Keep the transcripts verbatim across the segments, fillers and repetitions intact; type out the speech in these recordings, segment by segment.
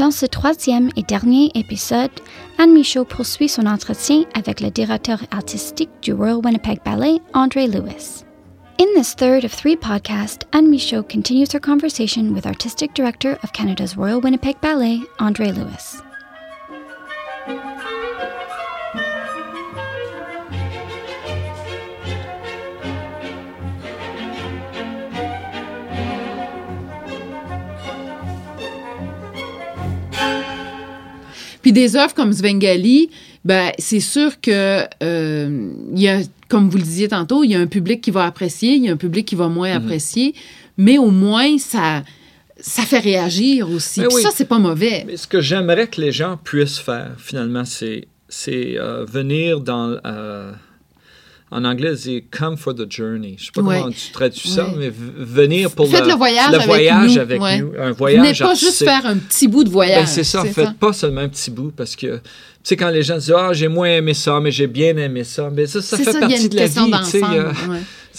Dans ce troisième et dernier épisode, Anne Michaud poursuit son entretien avec le directeur artistique du Royal Winnipeg Ballet, Andre Lewis. In this third of three podcasts, Anne Michaud continues her conversation with Artistic Director of Canada's Royal Winnipeg Ballet, Andre Lewis. Puis des œuvres comme Svengali, ben c'est sûr que euh, il y a, comme vous le disiez tantôt, il y a un public qui va apprécier, il y a un public qui va moins mm-hmm. apprécier, mais au moins ça ça fait réagir aussi. Puis oui. Ça c'est pas mauvais. Mais ce que j'aimerais que les gens puissent faire finalement, c'est c'est euh, venir dans euh, en anglais, c'est « come for the journey ». Je ne sais pas ouais. comment tu traduis ça, ouais. mais v- venir pour Faites le, le voyage le avec voyage nous. Avec ouais. nous. Un voyage Venez pas juste c'est... faire un petit bout de voyage. Ben, c'est ça, c'est faites ça. pas seulement un petit bout, parce que, tu sais, quand les gens disent « Ah, j'ai moins aimé ça, mais j'ai bien aimé ça », ben ça, ça c'est fait ça, partie de la vie. Tu sais, euh, ouais.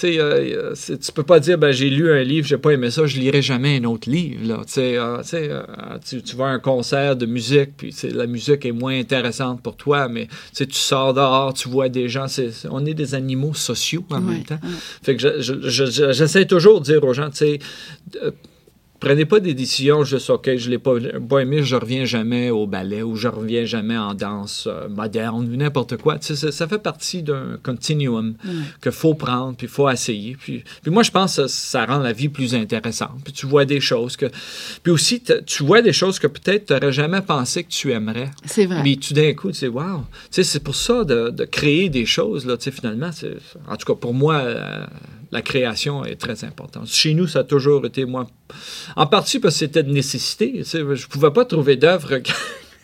euh, tu peux pas dire ben, « j'ai lu un livre, j'ai pas aimé ça, je lirai jamais un autre livre ». Là. Euh, euh, tu, tu vas à un concert de musique, puis la musique est moins intéressante pour toi, mais tu sors dehors, tu vois des gens, c'est, c'est, on est des animaux sociaux en ouais, même temps. Ouais. Fait que je, je, je, j'essaie toujours de dire aux gens, tu sais, euh, prenez pas des décisions juste, OK, je l'ai pas, pas aimé, je reviens jamais au ballet ou je reviens jamais en danse euh, moderne ou n'importe quoi. Tu sais, ça, ça fait partie d'un continuum mm. qu'il faut prendre, puis il faut essayer. Puis, puis moi, je pense que ça, ça rend la vie plus intéressante. Puis tu vois des choses que... Puis aussi, tu vois des choses que peut-être tu n'aurais jamais pensé que tu aimerais. C'est vrai. Puis tout d'un coup, tu sais, wow! Tu sais, c'est pour ça de, de créer des choses, là, tu sais, finalement, c'est, en tout cas, pour moi... Euh, la création est très importante. Chez nous, ça a toujours été, moi, en partie parce que c'était de nécessité. Tu sais, je ne pouvais pas trouver d'œuvre qui,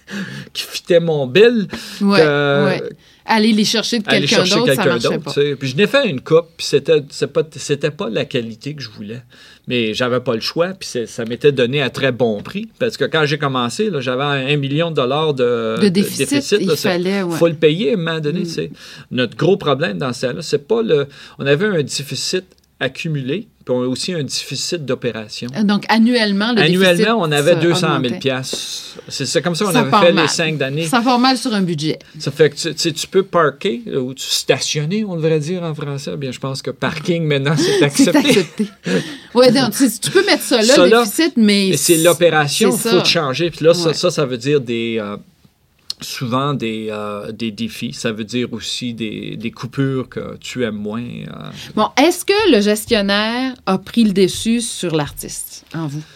qui fitait mon bill. Ouais, que, ouais. Aller les chercher de quelqu'un chercher d'autre, quelqu'un ça marchait d'autre, pas. Tu sais. Puis je n'ai fait une coupe, puis c'était, c'est pas, c'était pas la qualité que je voulais. Mais j'avais pas le choix, puis c'est, ça m'était donné à très bon prix. Parce que quand j'ai commencé, là, j'avais un million de dollars de, de déficit. De déficit il là, fallait, Il ouais. faut le payer à un moment donné. Mm. C'est, notre gros problème dans ce temps-là, c'est pas le... On avait un déficit accumulé, puis on a aussi un déficit d'opération. Donc, annuellement, le Annuellement, déficit on avait deux cent mille augmentait. dollars. C'est, c'est comme ça qu'on ça avait fait mal. les cinq d'années. Ça part mal sur un budget. Ça fait que tu, tu, tu peux parker, ou tu stationner, on devrait dire en français. Bien, je pense que parking, maintenant, c'est accepté. c'est accepté. Oui, donc, tu, tu peux mettre ça là, ça, le là, déficit, mais... c'est l'opération, il faut te changer. Puis là, ouais. ça, ça, ça veut dire des... Euh, souvent des, euh, des défis. Ça veut dire aussi des, des coupures que tu aimes moins. Euh. Bon, est-ce que le gestionnaire a pris le dessus sur l'artiste, en vous?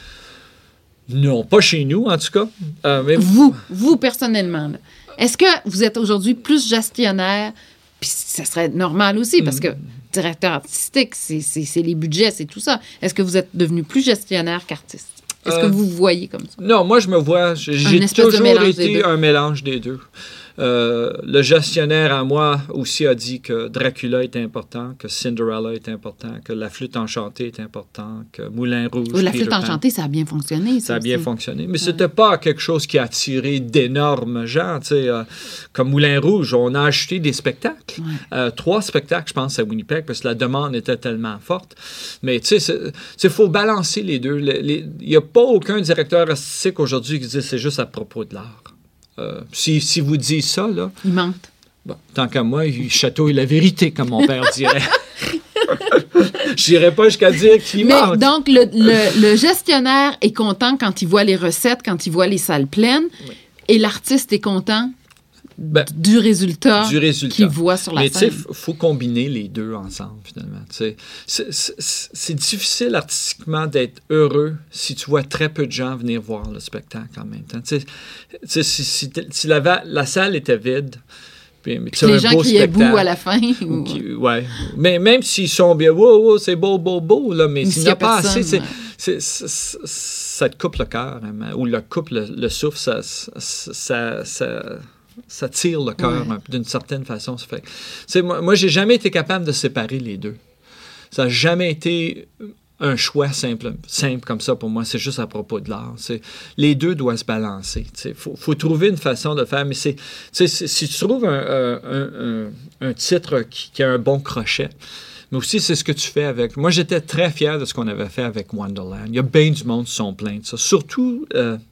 Non, pas chez nous, en tout cas. Euh, mais... Vous, vous personnellement. Là. Est-ce que vous êtes aujourd'hui plus gestionnaire, puis ça serait normal aussi, parce que directeur artistique, c'est, c'est, c'est les budgets, c'est tout ça. Est-ce que vous êtes devenu plus gestionnaire qu'artiste? Est-ce euh, que vous vous voyez comme ça? Non, moi, je me vois... J'ai, j'ai toujours été un mélange des deux. Euh, le gestionnaire à moi aussi a dit que Dracula est important, que Cinderella est important, que La Flûte enchantée est important, que Moulin Rouge... Oui, La Flûte enchantée, ça a bien fonctionné. Ça, ça a bien aussi. fonctionné. Mais ouais. c'était pas quelque chose qui a attiré d'énormes gens. Tu sais, euh, comme Moulin Rouge, on a acheté des spectacles. Ouais. Euh, trois spectacles, je pense, à Winnipeg, parce que la demande était tellement forte. Mais tu sais, il faut balancer les deux. Il n'y a pas aucun directeur artistique aujourd'hui qui dit que c'est juste à propos de l'art. Euh, si, si vous dites ça, là... Il mente. Bon, tant qu'à moi, il chatouille la vérité, comme mon père dirait. Je n'irais pas jusqu'à dire qu'il Mais mente. Donc, le, le, le gestionnaire est content quand il voit les recettes, quand il voit les salles pleines, oui. Et l'artiste est content ben, du résultat, du résultat qu'il voit sur la Mais scène. Mais tu sais, il faut combiner les deux ensemble, finalement. C'est, c'est, c'est, c'est difficile artistiquement d'être heureux si tu vois très peu de gens venir voir le spectacle en même temps. Tu sais, si, si, si la, la salle était vide... Puis, puis les gens criaient bouh à la fin. Ou... Qui, ouais. Mais même s'ils sont bien, wow, wow, c'est beau, beau, beau, là, mais s'il n'y a pas personne, assez, c'est, ouais. c'est, c'est, c'est, ça te coupe le cœur, hein, ou le coupe le, le souffle, ça, ça, ça, ça tire le cœur ouais. d'une certaine façon. Ça fait, c'est, moi, moi, j'ai jamais été capable de séparer les deux. Ça n'a jamais été un choix simple, simple comme ça pour moi. C'est juste à propos de l'art. C'est, les deux doivent se balancer. Il faut, faut trouver une façon de faire. Mais c'est, c'est, si tu trouves un, un, un, un titre qui, qui a un bon crochet, mais aussi c'est ce que tu fais avec... Moi, j'étais très fier de ce qu'on avait fait avec Wonderland. Il y a bien du monde qui sont pleins de ça. Surtout... Euh,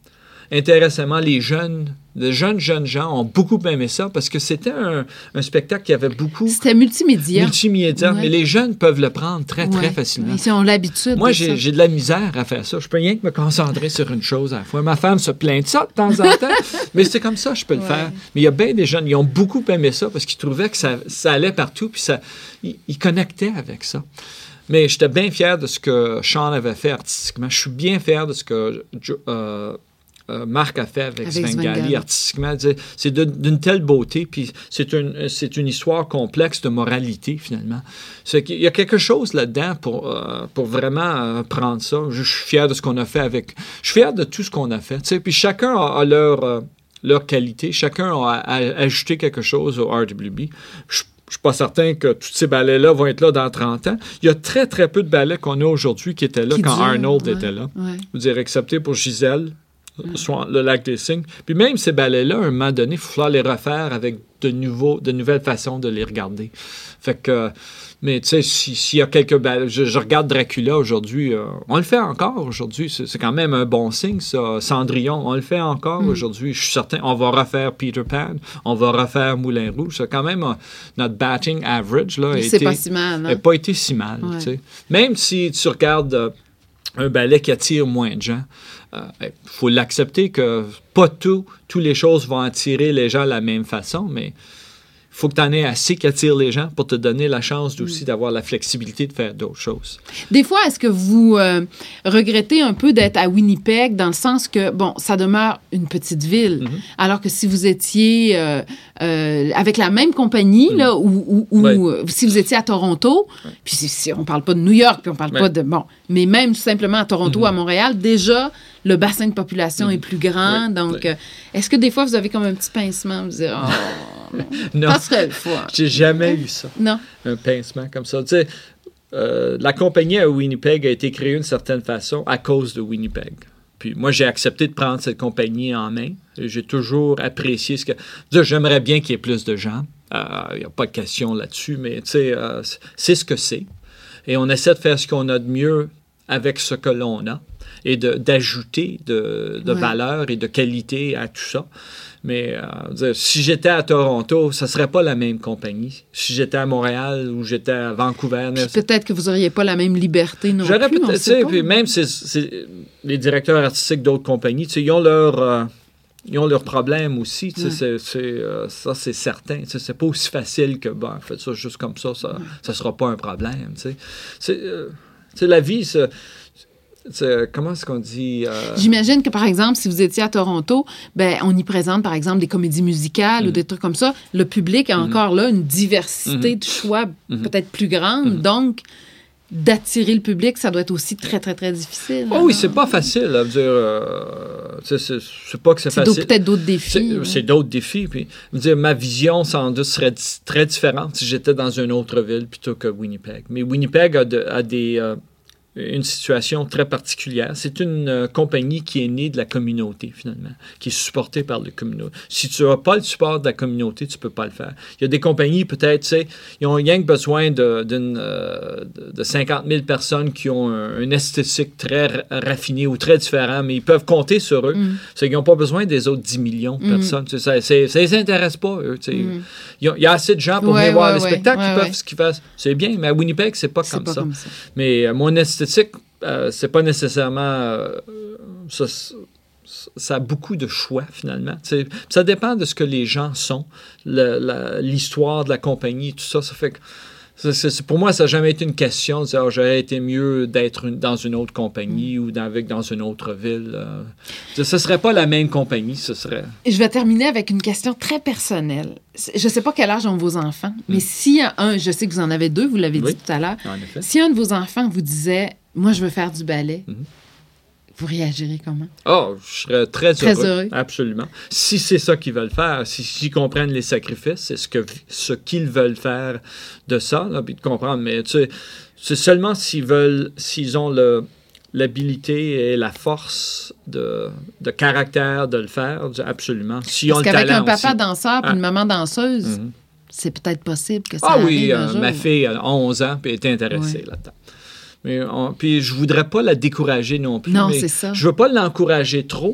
intéressamment, les jeunes, les jeunes, jeunes gens ont beaucoup aimé ça parce que c'était un, un spectacle qui avait beaucoup... C'était multimédia. Multimédia, ouais. Mais les jeunes peuvent le prendre très, très ouais. facilement. Ils ont l'habitude Moi, de j'ai, ça. j'ai de la misère à faire ça. Je peux rien que me concentrer sur une chose à la fois. Ma femme se plaint de ça de temps en temps, mais c'est comme ça, je peux le ouais. faire. Mais il y a bien des jeunes, ils ont beaucoup aimé ça parce qu'ils trouvaient que ça, ça allait partout, puis ça, ils, ils connectaient avec ça. Mais j'étais bien fier de ce que Sean avait fait artistiquement. Je suis bien fier de ce que euh, euh, Marc a fait avec, avec Svengali artistiquement. C'est de, d'une telle beauté, puis c'est une, c'est une histoire complexe de moralité, finalement. C'est qu'il y a quelque chose là-dedans pour, euh, pour vraiment euh, prendre ça. Je, je suis fier de ce qu'on a fait avec... Je suis fier de tout ce qu'on a fait. T'sais. Puis chacun a, a leur, euh, leur qualité. Chacun a, a ajouté quelque chose au R W B. Je Je ne suis pas certain que tous ces ballets-là vont être là dans trente ans. Il y a très, très peu de ballets qu'on a aujourd'hui qui étaient là qui quand dure, Arnold ouais, était là. Ouais. Je veux dire, excepté pour Gisèle, ouais. soit le Lac des Cygnes. Puis même ces ballets-là, à un moment donné, il faut falloir les refaire avec de, nouveaux, de nouvelles façons de les regarder. Fait que... Mais tu sais, s'il si y a quelques ballets... Je, je regarde Dracula aujourd'hui. Euh, on le fait encore aujourd'hui. C'est, c'est quand même un bon signe, ça. Cendrillon, on le fait encore mm. aujourd'hui. Je suis certain. On va refaire Peter Pan. On va refaire Moulin Rouge. C'est quand même... Euh, notre batting average, là, c'est été, pas si mal. n'a pas été si mal. Ouais. Tu sais. Même si tu regardes euh, un ballet qui attire moins de gens, il euh, faut l'accepter que pas tout, toutes les choses vont attirer les gens de la même façon, mais... Il faut que tu en aies assez qui attire les gens pour te donner la chance aussi mm. d'avoir la flexibilité de faire d'autres choses. Des fois, est-ce que vous euh, regrettez un peu d'être à Winnipeg dans le sens que, bon, ça demeure une petite ville, mm-hmm. alors que si vous étiez euh, euh, avec la même compagnie, mm. là, ou, ou, ouais. ou si vous étiez à Toronto, ouais. puis si, si on parle pas de New York, puis on parle ouais. pas de... Bon, mais même tout simplement à Toronto, mm-hmm. à Montréal, déjà... Le bassin de population mmh. est plus grand. Oui, donc, oui. Euh, est-ce que des fois, vous avez comme un petit pincement? Vous dites, oh, non, ça serait le fun. J'ai jamais eu ça. Non. Un pincement comme ça. Tu sais, euh, la compagnie à Winnipeg a été créée d'une certaine façon à cause de Winnipeg. Puis moi, j'ai accepté de prendre cette compagnie en main. J'ai toujours apprécié ce que... Dire, j'aimerais bien qu'il y ait plus de gens. Il euh, n'y a pas de question là-dessus, mais tu sais, euh, c'est ce que c'est. Et on essaie de faire ce qu'on a de mieux avec ce que l'on a. Et de, d'ajouter de, de ouais. valeur et de qualité à tout ça. Mais euh, dire, si j'étais à Toronto, ça ne serait pas la même compagnie. Si j'étais à Montréal ou j'étais à Vancouver... Puis peut-être que vous n'auriez pas la même liberté non J'aurais plus, peut-être, tu sais, puis même c'est, c'est, les directeurs artistiques d'autres compagnies, tu sais, ils ont leur... Euh, ils ont leurs problèmes aussi, tu sais, ouais. c'est, c'est, euh, ça c'est certain. Tu sais, c'est pas aussi facile que, bon, faites ça juste comme ça, ça ne ouais. sera pas un problème, tu sais. C'est, euh, tu sais, la vie, c'est... C'est, comment est-ce qu'on dit? Euh... J'imagine que, par exemple, si vous étiez à Toronto, ben, on y présente, par exemple, des comédies musicales mm. ou des trucs comme ça. Le public a mm. encore là une diversité mm. de choix mm. peut-être plus grande. Mm. Donc, d'attirer le public, ça doit être aussi très, très, très difficile. Oh oui, c'est pas facile. À dire, euh, c'est, c'est, c'est pas que c'est, c'est facile. C'est peut-être d'autres défis. C'est, ouais. c'est d'autres défis. Puis, dire, ma vision, sans doute, serait d- très différente si j'étais dans une autre ville plutôt que Winnipeg. Mais Winnipeg a, de, a des... Euh, une situation très particulière. C'est une euh, compagnie qui est née de la communauté, finalement, qui est supportée par la communauté. Si tu n'as pas le support de la communauté, tu ne peux pas le faire. Il y a des compagnies, peut-être, tu sais, ils ont rien que besoin de, d'une, euh, de cinquante mille personnes qui ont un, une esthétique très raffinée ou très différente, mais ils peuvent compter sur eux. Mm. C'est qu'ils n'ont pas besoin des autres dix millions de personnes. Mm. Tu sais, ça ne les intéresse pas, eux. Tu sais. Mm. Il y a assez de gens pour ouais, venir ouais, voir ouais, les spectacles ouais, qui ouais. peuvent ce qu'ils fassent. C'est bien, mais à Winnipeg, c'est pas, c'est comme, pas ça. comme ça. Mais euh, mon esthétique, Euh, c'est pas nécessairement... Euh, ça, ça a beaucoup de choix, finalement. T'sais, ça dépend de ce que les gens sont, le, la, l'histoire de la compagnie, tout ça. Ça fait que... C'est, c'est, pour moi, ça n'a jamais été une question de dire oh, j'aurais été mieux d'être une, dans une autre compagnie mm. ou dans, avec, dans une autre ville. Euh, ce ne serait pas la même compagnie, ce serait... Je vais terminer avec une question très personnelle. Je ne sais pas quel âge ont vos enfants, mm. mais si un, je sais que vous en avez deux, vous l'avez oui. dit tout à l'heure, si un de vos enfants vous disait « Moi, je veux faire du ballet mm-hmm. », vous réagirez comment? Oh, je serais très, très heureux. heureux. Absolument. Si c'est ça qu'ils veulent faire, si, s'ils comprennent les sacrifices, c'est ce, que, ce qu'ils veulent faire de ça, là, puis de comprendre. Mais tu sais, c'est seulement s'ils veulent, s'ils ont le, l'habilité et la force de, de caractère de le faire, absolument. S'ils Parce ont qu'avec le talent un papa aussi. danseur et ah. une maman danseuse, mm-hmm. c'est peut-être possible que ça ah, arrive oui, un euh, jour. Ma fille a onze ans et est intéressée oui. là-dedans. Mais on, puis je voudrais pas la décourager non plus. Non, mais c'est ça. Je veux pas l'encourager trop,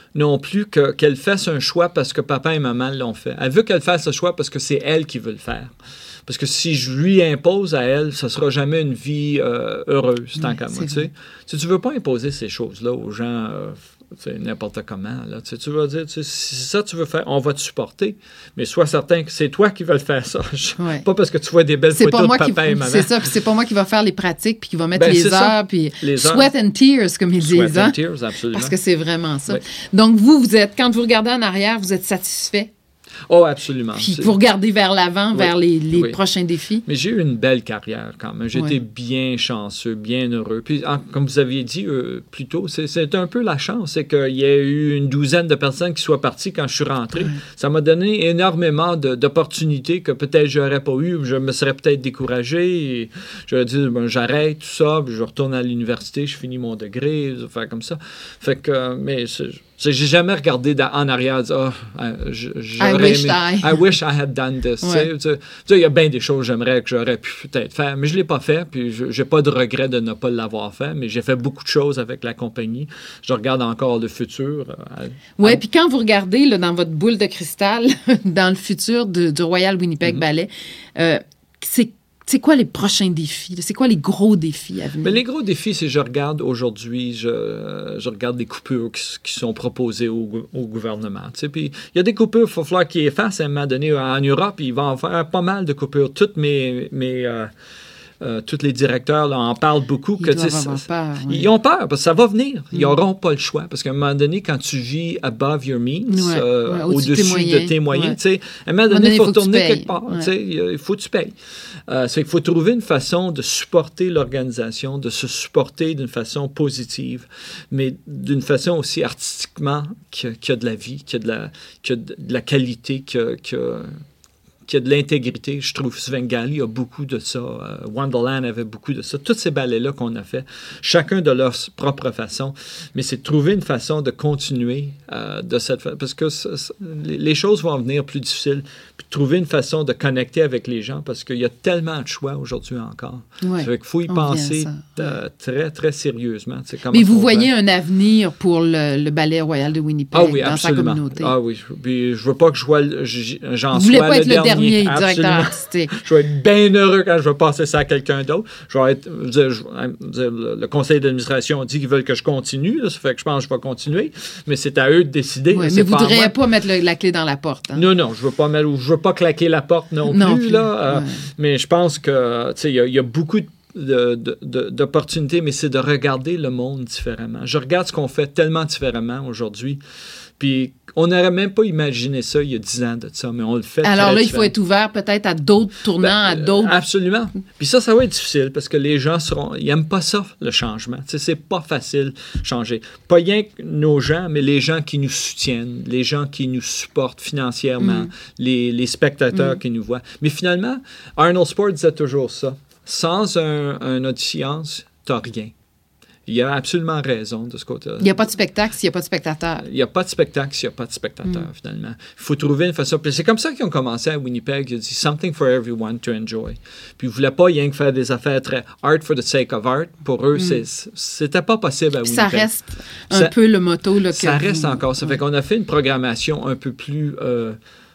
non plus que, qu'elle fasse un choix parce que papa et maman l'ont fait. Elle veut qu'elle fasse ce choix parce que c'est elle qui veut le faire. Parce que si je lui impose à elle, ce ne sera jamais une vie euh, heureuse, tant oui, qu'à moi. Tu sais. Si tu ne veux pas imposer ces choses-là aux gens, euh, n'importe comment, là, tu sais, tu vas dire, tu sais, si ça tu veux faire, on va te supporter, mais sois certain que c'est toi qui vas le faire ça. Ouais. Pas parce que tu vois des belles c'est photos de papa qui, et maman. C'est ça, puis c'est pas moi qui va faire les pratiques, puis qui va mettre ben, les heures, puis sweat and tears, comme ils sweat disent. Sweat and hein? tears, absolument. Parce que c'est vraiment ça. Oui. Donc, vous, vous êtes, quand vous regardez en arrière, vous êtes satisfait? Oh, absolument. Puis vous regardez vers l'avant, oui, vers les, les oui. prochains défis. Mais j'ai eu une belle carrière quand même. J'ai oui. été bien chanceux, bien heureux. Puis, en, comme vous aviez dit euh, plus tôt, c'est, c'est un peu la chance. C'est qu'il y a eu une douzaine de personnes qui soient parties quand je suis rentré. Oui. Ça m'a donné énormément de, d'opportunités que peut-être je n'aurais pas eu. Je me serais peut-être découragé. Et j'aurais dit, ben, j'arrête tout ça, puis je retourne à l'université, je finis mon degré, je vais faire comme ça. Fait que, mais c'est... J'ai jamais regardé en arrière et dit oh, j'aurais I wish aimé, I. I wish I had done this. Ouais. Tu sais, il y a bien des choses que j'aimerais que j'aurais pu peut-être faire, mais je ne l'ai pas fait. Puis je n'ai pas de regret de ne pas l'avoir fait, mais j'ai fait beaucoup de choses avec la compagnie. Je regarde encore le futur. Oui, puis quand vous regardez là, dans votre boule de cristal, dans le futur de, du Royal Winnipeg mm-hmm. Ballet, euh, c'est C'est quoi les prochains défis? C'est quoi les gros défis à venir? Mais les gros défis, c'est que je regarde aujourd'hui, je, je regarde des coupures qui, qui sont proposées au, au gouvernement. Tu sais, puis il y a des coupures, il va falloir qu'ils effacent à un moment donné. En Europe, ils vont en faire pas mal de coupures. Toutes mes... mes euh, Euh, tous les directeurs là, en parlent beaucoup. Ils que, doivent avoir peur. Oui. Ils ont peur parce que ça va venir. Ils n'auront mm. pas le choix. Parce qu'à un moment donné, quand tu vis above your means, ouais, euh, ouais, au-dessus, au-dessus de tes moyens, ouais. à un moment donné, il faut retourner quelque part. Ouais. Il faut que tu payes. Euh, c'est qu'il faut trouver une façon de supporter l'organisation, de se supporter d'une façon positive, mais d'une façon aussi artistiquement qu'il y a de la vie, qu'il y a de la, qu'il y a de la qualité, qu'il y a, qu'il y a qu'il y a de l'intégrité. Je trouve que Svengali a beaucoup de ça. Euh, Wonderland avait beaucoup de ça. Tous ces ballets-là qu'on a fait, chacun de leur propre façon. Mais c'est de trouver une façon de continuer euh, de cette façon. Parce que ça, ça, les choses vont venir plus difficiles. Puis de trouver une façon de connecter avec les gens parce qu'il y a tellement de choix aujourd'hui encore. Ouais, il faut y penser euh, très, très sérieusement. Mais vous voyez un avenir pour le, le Ballet Royal de Winnipeg ah oui, dans absolument. sa communauté? Ah oui. Puis je veux pas que je sois, j'en vous sois pas le être dernier. Le dernier directeur artistique. Je vais être bien heureux quand je vais passer ça à quelqu'un d'autre. Je vais être, je, je, je, le conseil d'administration dit qu'ils veulent que je continue. Là, ça fait que je pense que je vais continuer. Mais c'est à eux de décider. Oui, là, mais vous ne voudriez pas mettre le, la clé dans la porte. Hein? Non, non. Je ne veux pas mettre, je veux pas claquer la porte non, non plus. plus là, euh, ouais. Mais je pense que il y, y a beaucoup de De, de, de, d'opportunités, mais c'est de regarder le monde différemment. Je regarde ce qu'on fait tellement différemment aujourd'hui. Puis on n'aurait même pas imaginé ça il y a dix ans de ça, mais on le fait. Alors là, il différent. faut être ouvert peut-être à d'autres tournants, ben, à d'autres... Absolument. Puis ça, ça va être difficile parce que les gens seront... Ils n'aiment pas ça, le changement. Tu sais, c'est pas facile de changer. Pas rien que nos gens, mais les gens qui nous soutiennent, les gens qui nous supportent financièrement, mm. les, les spectateurs mm. qui nous voient. Mais finalement, Arnold Sport disait toujours ça. Sans un, un audience, tu n'as rien. Il a absolument raison de ce côté-là. Il n'y a pas de spectacle s'il n'y a pas de spectateurs. Il n'y a pas de spectacle s'il n'y a pas de spectateurs, mm. finalement. Il faut trouver une façon. Puis c'est comme ça qu'ils ont commencé à Winnipeg. Ils ont dit « Something for everyone to enjoy ». Puis ils ne voulaient pas rien que faire des affaires très « art for the sake of art ». Pour eux, mm. c'est, c'était pas possible à Winnipeg. Ça reste un ça, peu le motto. Là, que ça reste vous... encore. Ça ouais. fait qu'on a fait une programmation un peu plus... Euh,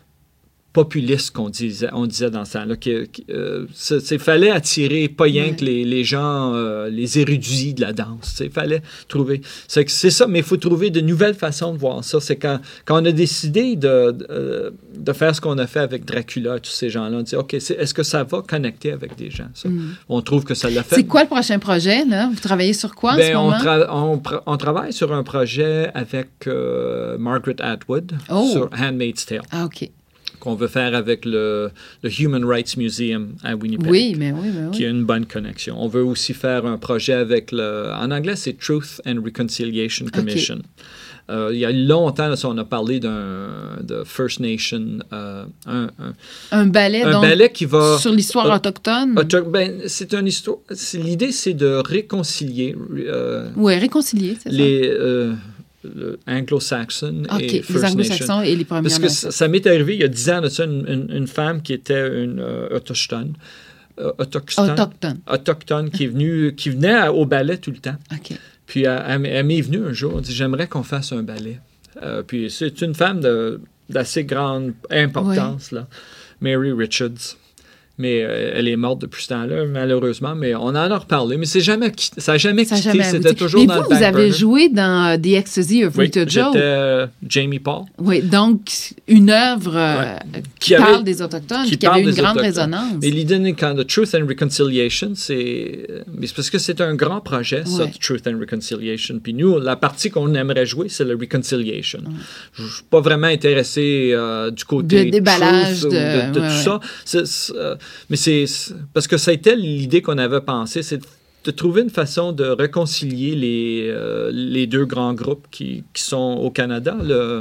populiste qu'on disait, on disait dans ce temps-là. Il fallait attirer pas rien ouais. que les, les gens, euh, les érudits de la danse. Il fallait trouver... C'est, c'est ça, mais il faut trouver de nouvelles façons de voir ça. C'est quand, quand on a décidé de, de, de faire ce qu'on a fait avec Dracula, tous ces gens-là, on dit, OK, c'est, est-ce que ça va connecter avec des gens, ça? Mm. On trouve que ça l'a fait. C'est quoi le prochain projet, là? Vous travaillez sur quoi ben, en ce moment? On, tra- on, on travaille sur un projet avec euh, Margaret Atwood oh. sur Handmaid's Tale. Ah, OK. Qu'on veut faire avec le, le Human Rights Museum à Winnipeg. Oui, mais oui, mais oui. Qui a une bonne connexion. On veut aussi faire un projet avec le... En anglais, c'est Truth and Reconciliation Commission. Okay. Euh, il y a longtemps, là, on a parlé d'un de First Nation... Euh, un, un, un ballet, un donc, ballet qui va... Sur l'histoire euh, autochtone? Auto, ben, c'est une histoire... C'est, l'idée, c'est de réconcilier... Euh, oui, réconcilier, c'est les, ça. Euh, le anglo-saxon okay, et First les anglo-saxons Nation. Et les Premières Parce que Nations. ça, ça m'est arrivé il y a dix ans de ça, une, une, une femme qui était une euh, autochtone, euh, autochtone, autochtone, autochtone qui, est venue, qui venait à, au ballet tout le temps. Okay. Puis elle, elle, elle m'est venue un jour, elle dit « J'aimerais qu'on fasse un ballet. » Euh, puis c'est une femme de, d'assez grande importance, oui. là, Mary Richards. Mais euh, elle est morte depuis ce temps-là, malheureusement. Mais on en a reparlé. Mais c'est jamais, ça n'a jamais quitté. Jamais C'était toujours mais dans vous, le back vous avez burner. joué dans The Ecstasy of oui, Rita Joe. J'étais euh, Jamie Paul. Oui, donc une œuvre euh, ouais. qui, qui avait, parle des Autochtones, qui, qui avait une grande Autochtones. résonance. Mais l'idée de Truth and Reconciliation, c'est, mais c'est parce que c'est un grand projet, ouais. ça, Truth and Reconciliation. Puis nous, la partie qu'on aimerait jouer, c'est le Reconciliation. Ouais. Je ne suis pas vraiment intéressé euh, du côté de déballage truth, de, de, de ouais, tout ouais. ça. C'est, c'est, euh, mais c'est parce que ça a été l'idée qu'on avait pensée, c'est de, de trouver une façon de réconcilier les, euh, les deux grands groupes qui, qui sont au Canada, le,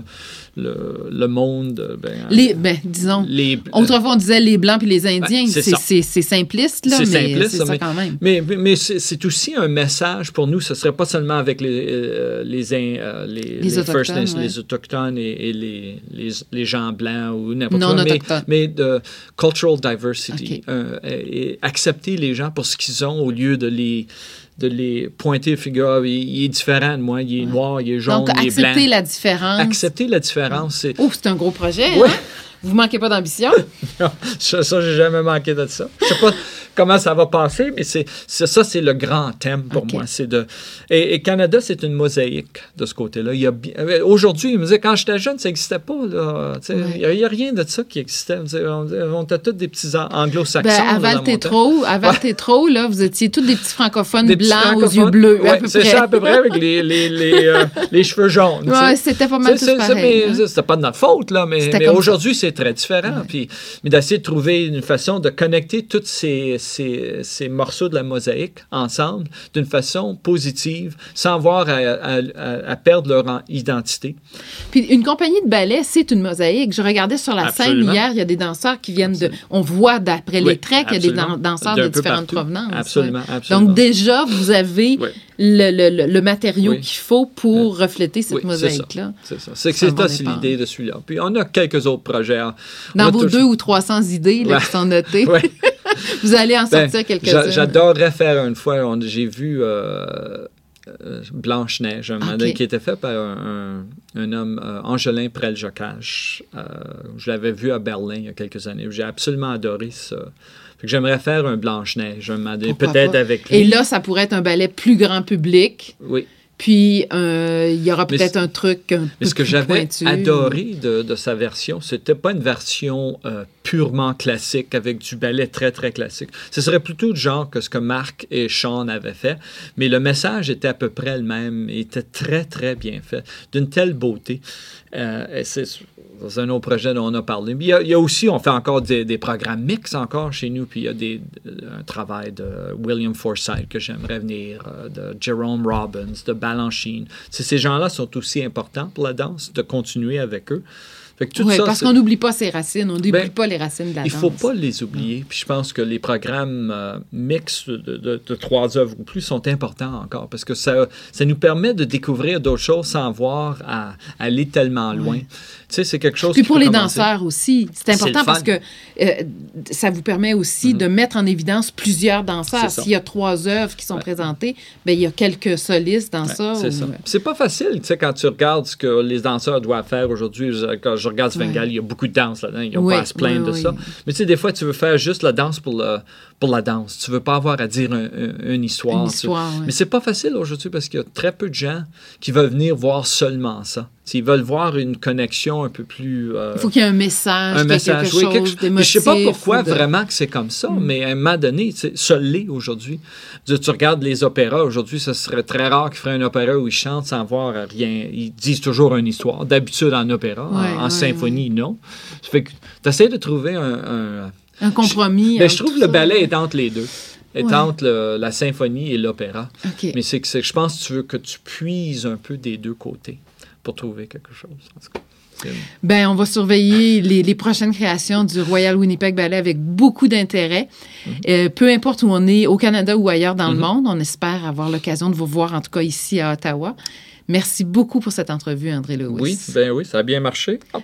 le, le monde... Ben, les, ben, disons, les, autrefois on disait les Blancs puis les Indiens, ben, c'est, c'est, c'est, c'est simpliste, là, c'est mais simpliste, c'est ça mais, quand même. Mais, mais, mais c'est, c'est aussi un message pour nous, ce ne serait pas seulement avec les, euh, les, euh, les, les, les First Nations, ouais. les Autochtones et, et les, les, les gens blancs ou n'importe non quoi, mais, autochtones. mais de cultural diversity, okay. euh, et, et accepter les gens pour ce qu'ils ont au lieu de les... de les pointer le figure. Il, il est différent de moi, il est ouais. noir, il est jaune, donc, il est blanc. accepter la différence. Accepter la différence. C'est... Oh, c'est un gros projet, ouais. hein? Vous manquez pas d'ambition? Non, ça, ça, j'ai jamais manqué de ça. Je sais pas comment ça va passer, mais c'est, c'est ça, c'est le grand thème pour okay. moi. C'est de... et, et Canada, c'est une mosaïque de ce côté-là. Il y a... Aujourd'hui, il me disait, quand j'étais jeune, ça n'existait pas. Là. Ouais. Il n'y a, a rien de ça qui existait. On, on était tous des petits anglo-saxons. Ben, à Val-Tétro, à Val-Tétro, là, vous étiez tous des petits francophones des petits blancs francophones, aux yeux bleus. Ouais, à peu c'est près. ça, à peu près, avec les, les, les, euh, les cheveux jaunes. Oui, c'était pas mal c'est, tous c'est, pareil. Mais, hein? C'était pas de notre faute, là, mais, mais aujourd'hui, ça. C'est très différent. Ouais. Puis, mais d'essayer de trouver une façon de connecter tous ces, ces, ces morceaux de la mosaïque ensemble d'une façon positive, sans avoir à, à, à, à perdre leur identité. Puis une compagnie de ballet, c'est une mosaïque. Je regardais sur la absolument. Scène hier, il y a des danseurs qui viennent de... On voit d'après oui, les traits qu'il y a des dan- danseurs de différentes partout. provenances. Absolument, ouais. absolument. Donc déjà, vous avez oui. le, le, le matériau oui. qu'il faut pour oui. refléter cette oui, mosaïque-là. C'est ça. C'est, c'est, c'est, c'est l'idée de celui-là. Puis on a quelques autres projets. Dans vos deux ou trois cents idées là, ouais. qui sont notées. Ouais. Vous allez en sortir ben, quelques-unes. J'adorerais faire une fois, on, j'ai vu euh, euh, Blanche-Neige, un okay. qui était fait par un, un, un homme, euh, Angelin Prel-Jocage. Euh, je l'avais vu à Berlin il y a quelques années. J'ai absolument adoré ça. Fait que j'aimerais faire un Blanche-Neige, un moment donné, peut-être pas? Avec lui. Et là, ça pourrait être un ballet plus grand public. Oui. Puis, euh, il y aura peut-être un truc un mais peu ce que plus j'avais pointu. adoré de, de sa version, c'était pas une version euh, purement classique, avec du ballet très, très classique. Ce serait plutôt du genre que ce que Marc et Sean avaient fait, mais le message était à peu près le même, et était très, très bien fait, d'une telle beauté. Euh, et c'est... C'est un autre projet dont on a parlé. Mais il y a, il y a aussi, on fait encore des, des programmes mix encore chez nous, puis il y a des, un travail de William Forsythe que j'aimerais venir, de Jerome Robbins, de Balanchine. C'est, ces gens-là sont aussi importants pour la danse, de continuer avec eux. Fait que tout oui, ça, parce c'est... qu'on n'oublie pas ses racines, on n'oublie ben, pas les racines de la il danse. Il ne faut pas les oublier. Mmh. Puis je pense que les programmes euh, mix de, de, de trois œuvres ou plus sont importants encore, parce que ça, ça nous permet de découvrir d'autres choses sans avoir à, à aller tellement loin. Oui. Tu sais, c'est quelque chose Puis pour les commencer. danseurs aussi, c'est important c'est parce que euh, ça vous permet aussi mmh. de mettre en évidence plusieurs danseurs. S'il y a trois œuvres qui sont ouais. présentées, bien, il y a quelques solistes dans ouais, ça. C'est ou... ça. C'est pas facile, tu sais, quand tu regardes ce que les danseurs doivent faire aujourd'hui. Quand je regarde Svengali, ouais. il y a beaucoup de danse là-dedans. Il n'y a oui, pas à se plaindre oui, de oui. ça. Mais tu sais, des fois, tu veux faire juste la danse pour, le, pour la danse. Tu veux pas avoir à dire un, un, une histoire. Une histoire tu... oui. Mais c'est pas facile aujourd'hui parce qu'il y a très peu de gens qui veulent venir voir seulement ça. S'ils veulent voir une connexion un peu plus... Euh, il faut qu'il y ait un message, un message, quelque oui, chose quelque... d'émotif. Je ne sais pas pourquoi de... vraiment que c'est comme ça, mm. mais à un moment donné, ça l'est aujourd'hui. Tu, tu regardes les opéras aujourd'hui, ce serait très rare qu'ils feraient un opéra où ils chantent sans voir rien. Ils disent toujours une histoire. D'habitude, en opéra, ouais, en, en ouais, symphonie, ouais. non. Ça fait que tu essaies de trouver un... Un, un compromis. Je, ben, je trouve que le ballet est entre les deux. Est ouais. entre le, la symphonie et l'opéra. Okay. Mais c'est que c'est, je pense que tu veux que tu puises un peu des deux côtés pour trouver quelque chose. En tout cas, c'est... Ben, on va surveiller les, les prochaines créations du Royal Winnipeg Ballet avec beaucoup d'intérêt. Mm-hmm. Euh, peu importe où on est, au Canada ou ailleurs dans mm-hmm. le monde, on espère avoir l'occasion de vous voir, en tout cas ici à Ottawa. Merci beaucoup pour cette entrevue, André Lewis. Oui, ben oui, ça a bien marché. Oh.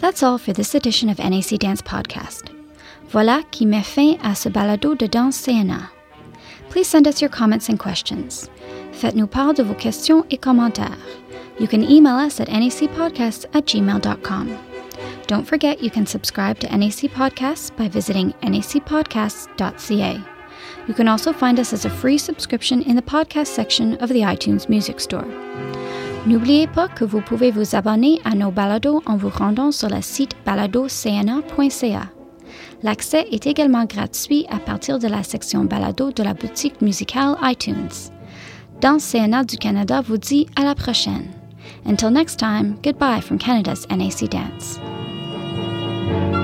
That's all for this edition of N A C Dance Podcast. Voilà qui met fin à ce balado de danse C N A. Please send us your comments and questions. Faites-nous part de vos questions et commentaires. You can email us at nacpodcasts at gmail dot com. Don't forget you can subscribe to N A C Podcasts by visiting n a c podcasts dot c a. You can also find us as a free subscription in the podcast section of the iTunes Music Store. N'oubliez pas que vous pouvez vous abonner à nos balados en vous rendant sur le site balado c n a point c a. L'accès est également gratuit à partir de la section balado de la boutique musicale iTunes. Danse C N A du Canada vous dit à la prochaine. Until next time, goodbye from Canada's N A C Dance.